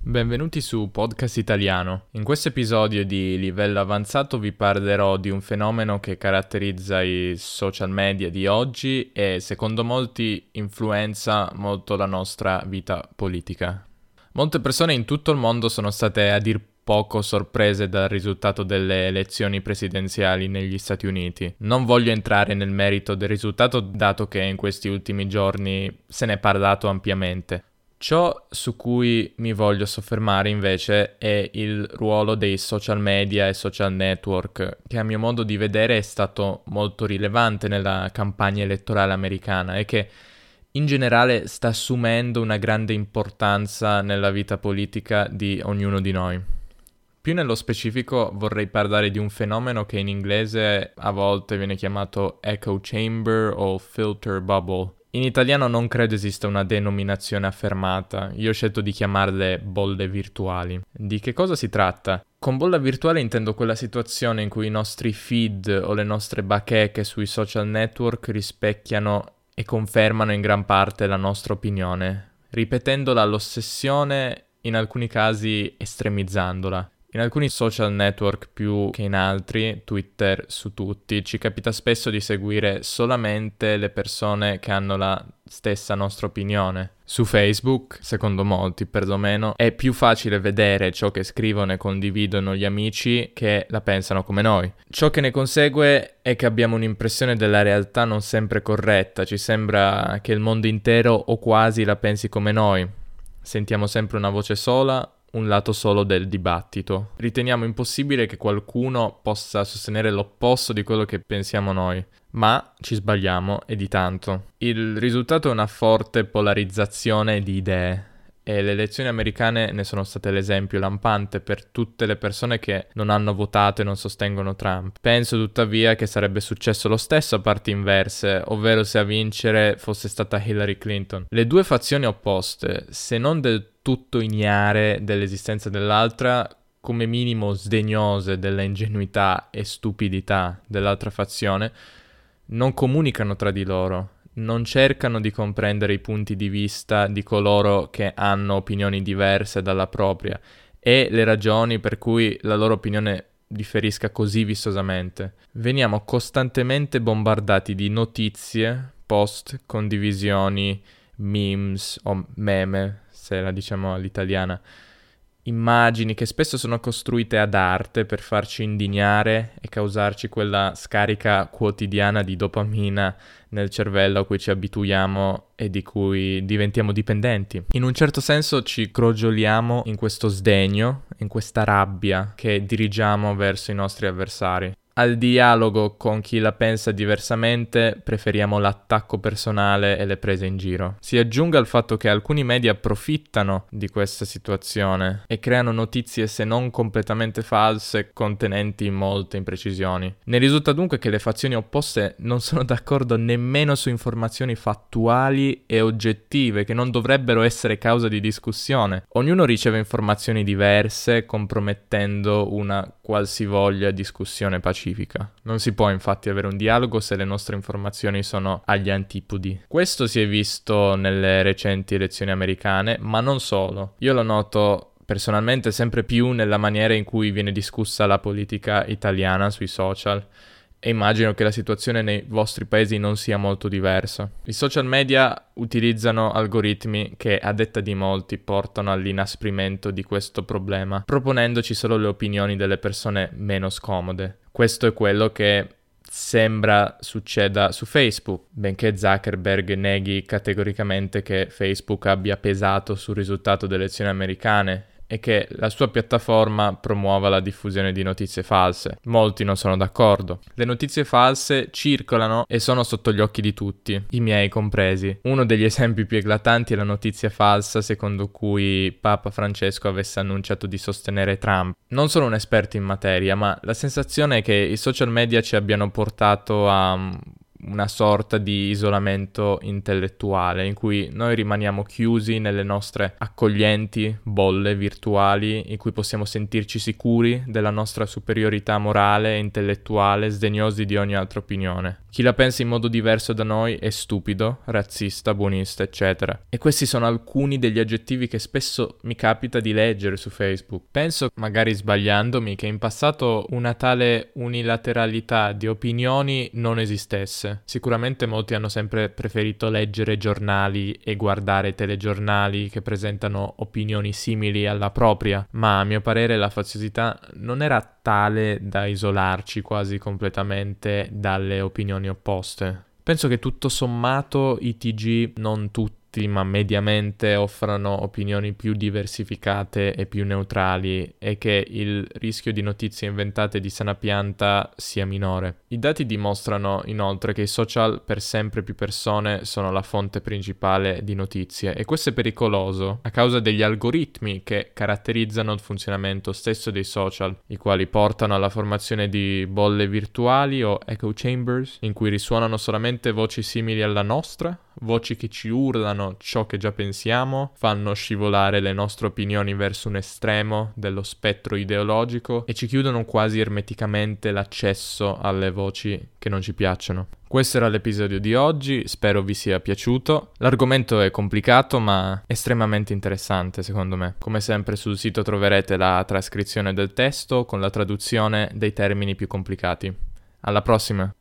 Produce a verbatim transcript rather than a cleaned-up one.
Benvenuti su Podcast Italiano. In questo episodio di livello avanzato vi parlerò di un fenomeno che caratterizza i social media di oggi e secondo molti influenza molto la nostra vita politica. Molte persone in tutto il mondo sono state a dir poco sorprese dal risultato delle elezioni presidenziali negli Stati Uniti. Non voglio entrare nel merito del risultato dato che in questi ultimi giorni se ne è parlato ampiamente. Ciò su cui mi voglio soffermare invece è il ruolo dei social media e social network, che a mio modo di vedere è stato molto rilevante nella campagna elettorale americana e che in generale sta assumendo una grande importanza nella vita politica di ognuno di noi. Più nello specifico vorrei parlare di un fenomeno che in inglese a volte viene chiamato echo chamber o filter bubble. In italiano non credo esista una denominazione affermata, io ho scelto di chiamarle bolle virtuali. Di che cosa si tratta? Con bolla virtuale intendo quella situazione in cui i nostri feed o le nostre bacheche sui social network rispecchiano e confermano in gran parte la nostra opinione, ripetendola all'ossessione, in alcuni casi estremizzandola. In alcuni social network più che in altri, Twitter su tutti, ci capita spesso di seguire solamente le persone che hanno la stessa nostra opinione. Su Facebook, secondo molti perlomeno, è più facile vedere ciò che scrivono e condividono gli amici che la pensano come noi. Ciò che ne consegue è che abbiamo un'impressione della realtà non sempre corretta, ci sembra che il mondo intero o quasi la pensi come noi. Sentiamo sempre una voce sola, un lato solo del dibattito. Riteniamo impossibile che qualcuno possa sostenere l'opposto di quello che pensiamo noi, ma ci sbagliamo e di tanto. Il risultato è una forte polarizzazione di idee e le elezioni americane ne sono state l'esempio lampante per tutte le persone che non hanno votato e non sostengono Trump. Penso tuttavia che sarebbe successo lo stesso a parti inverse, ovvero se a vincere fosse stata Hillary Clinton. Le due fazioni opposte, se non del tutto ignare dell'esistenza dell'altra, come minimo sdegnose della ingenuità e stupidità dell'altra fazione, non comunicano tra di loro, non cercano di comprendere i punti di vista di coloro che hanno opinioni diverse dalla propria e le ragioni per cui la loro opinione differisca così vistosamente. Veniamo costantemente bombardati di notizie, post, condivisioni, memes o meme, se la diciamo all'italiana, immagini che spesso sono costruite ad arte per farci indignare e causarci quella scarica quotidiana di dopamina nel cervello a cui ci abituiamo e di cui diventiamo dipendenti. In un certo senso ci crogioliamo in questo sdegno, in questa rabbia che dirigiamo verso i nostri avversari. Al dialogo con chi la pensa diversamente preferiamo l'attacco personale e le prese in giro. Si aggiunga il fatto che alcuni media approfittano di questa situazione e creano notizie se non completamente false contenenti molte imprecisioni. Ne risulta dunque che le fazioni opposte non sono d'accordo nemmeno su informazioni fattuali e oggettive che non dovrebbero essere causa di discussione. Ognuno riceve informazioni diverse compromettendo una qualsivoglia discussione pacifica. Non si può infatti avere un dialogo se le nostre informazioni sono agli antipodi. Questo si è visto nelle recenti elezioni americane, ma non solo. Io lo noto personalmente sempre più nella maniera in cui viene discussa la politica italiana sui social. E immagino che la situazione nei vostri paesi non sia molto diversa. I social media utilizzano algoritmi che, a detta di molti, portano all'inasprimento di questo problema, proponendoci solo le opinioni delle persone meno scomode. Questo è quello che sembra succeda su Facebook, benché Zuckerberg neghi categoricamente che Facebook abbia pesato sul risultato delle elezioni americane e che la sua piattaforma promuova la diffusione di notizie false. Molti non sono d'accordo. Le notizie false circolano e sono sotto gli occhi di tutti, i miei compresi. Uno degli esempi più eclatanti è la notizia falsa secondo cui Papa Francesco avesse annunciato di sostenere Trump. Non sono un esperto in materia, ma la sensazione è che i social media ci abbiano portato a una sorta di isolamento intellettuale in cui noi rimaniamo chiusi nelle nostre accoglienti bolle virtuali in cui possiamo sentirci sicuri della nostra superiorità morale e intellettuale, sdegnosi di ogni altra opinione. Chi la pensa in modo diverso da noi è stupido, razzista, buonista, eccetera. E questi sono alcuni degli aggettivi che spesso mi capita di leggere su Facebook. Penso, magari sbagliandomi, che in passato una tale unilateralità di opinioni non esistesse. Sicuramente molti hanno sempre preferito leggere giornali e guardare telegiornali che presentano opinioni simili alla propria, ma a mio parere la faziosità non era tale da isolarci quasi completamente dalle opinioni opposte. Penso che tutto sommato i T G, non tutti ma mediamente, offrano opinioni più diversificate e più neutrali e che il rischio di notizie inventate di sana pianta sia minore. I dati dimostrano inoltre che i social per sempre più persone sono la fonte principale di notizie e questo è pericoloso a causa degli algoritmi che caratterizzano il funzionamento stesso dei social, i quali portano alla formazione di bolle virtuali o echo chambers in cui risuonano solamente voci simili alla nostra, voci che ci urlano ciò che già pensiamo, fanno scivolare le nostre opinioni verso un estremo dello spettro ideologico e ci chiudono quasi ermeticamente l'accesso alle voci che non ci piacciono. Questo era l'episodio di oggi, spero vi sia piaciuto. L'argomento è complicato ma estremamente interessante secondo me. Come sempre sul sito troverete la trascrizione del testo con la traduzione dei termini più complicati. Alla prossima!